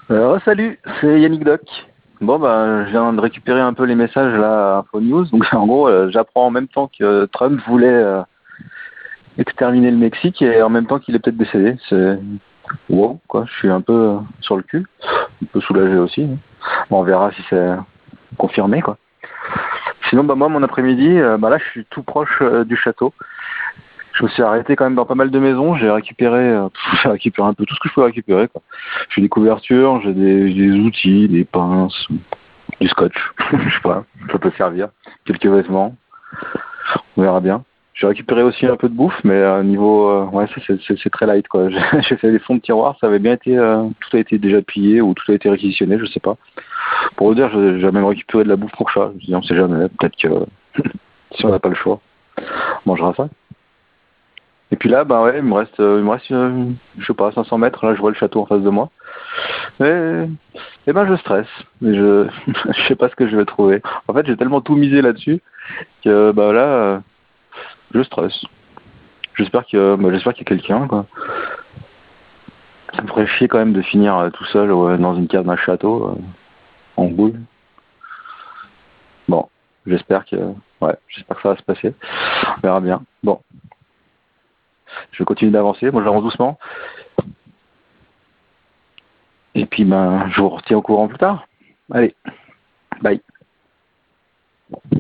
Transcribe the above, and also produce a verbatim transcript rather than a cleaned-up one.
Euh, salut, c'est Yannick Doc. Bon, bah, je viens de récupérer un peu les messages là à Info News. Donc, en gros, euh, j'apprends en même temps que Trump voulait euh, exterminer le Mexique et en même temps qu'il est peut-être décédé. C'est wow, quoi. Je suis un peu euh, sur le cul, un peu soulagé aussi. Hein. Bon, on verra si c'est confirmé, quoi. Sinon, bah, moi, mon après-midi, euh, bah, là, je suis tout proche euh, du château. Je me suis arrêté quand même dans pas mal de maisons. J'ai récupéré, euh, pff, j'ai récupéré un peu tout ce que je pouvais récupérer, quoi. J'ai des couvertures, j'ai des, des outils, des pinces, du scotch, je sais pas, ça peut servir. Quelques vêtements, on verra bien. J'ai récupéré aussi un peu de bouffe, mais euh, niveau, euh, ouais, c'est, c'est, c'est très light, quoi. J'ai j'ai fait des fonds de tiroir, ça avait bien été, euh, tout a été déjà pillé ou tout a été réquisitionné, je sais pas. Pour vous dire, j'ai j'ai même récupéré de la bouffe pour chat. Je me dis, on sait jamais, peut-être que si on n'a pas le choix, on mangera ça. Et puis là, bah ouais, il me reste, euh, il me reste, euh, je sais pas, cinq cents mètres. Là, je vois le château en face de moi. Et, et ben, je stresse. Mais je, je sais pas ce que je vais trouver. En fait, j'ai tellement tout misé là-dessus que bah là, euh, je stresse. J'espère que, bah, j'espère qu'il y a quelqu'un, quoi. Ça me ferait chier quand même de finir euh, tout seul ouais, dans une cave d'un château euh, en boule. Bon, j'espère que, ouais, j'espère que ça va se passer. On verra bien. Bon, je vais continuer d'avancer. Moi, j'avance doucement. Et puis, ben, je vous retiens au courant plus tard. Allez, bye.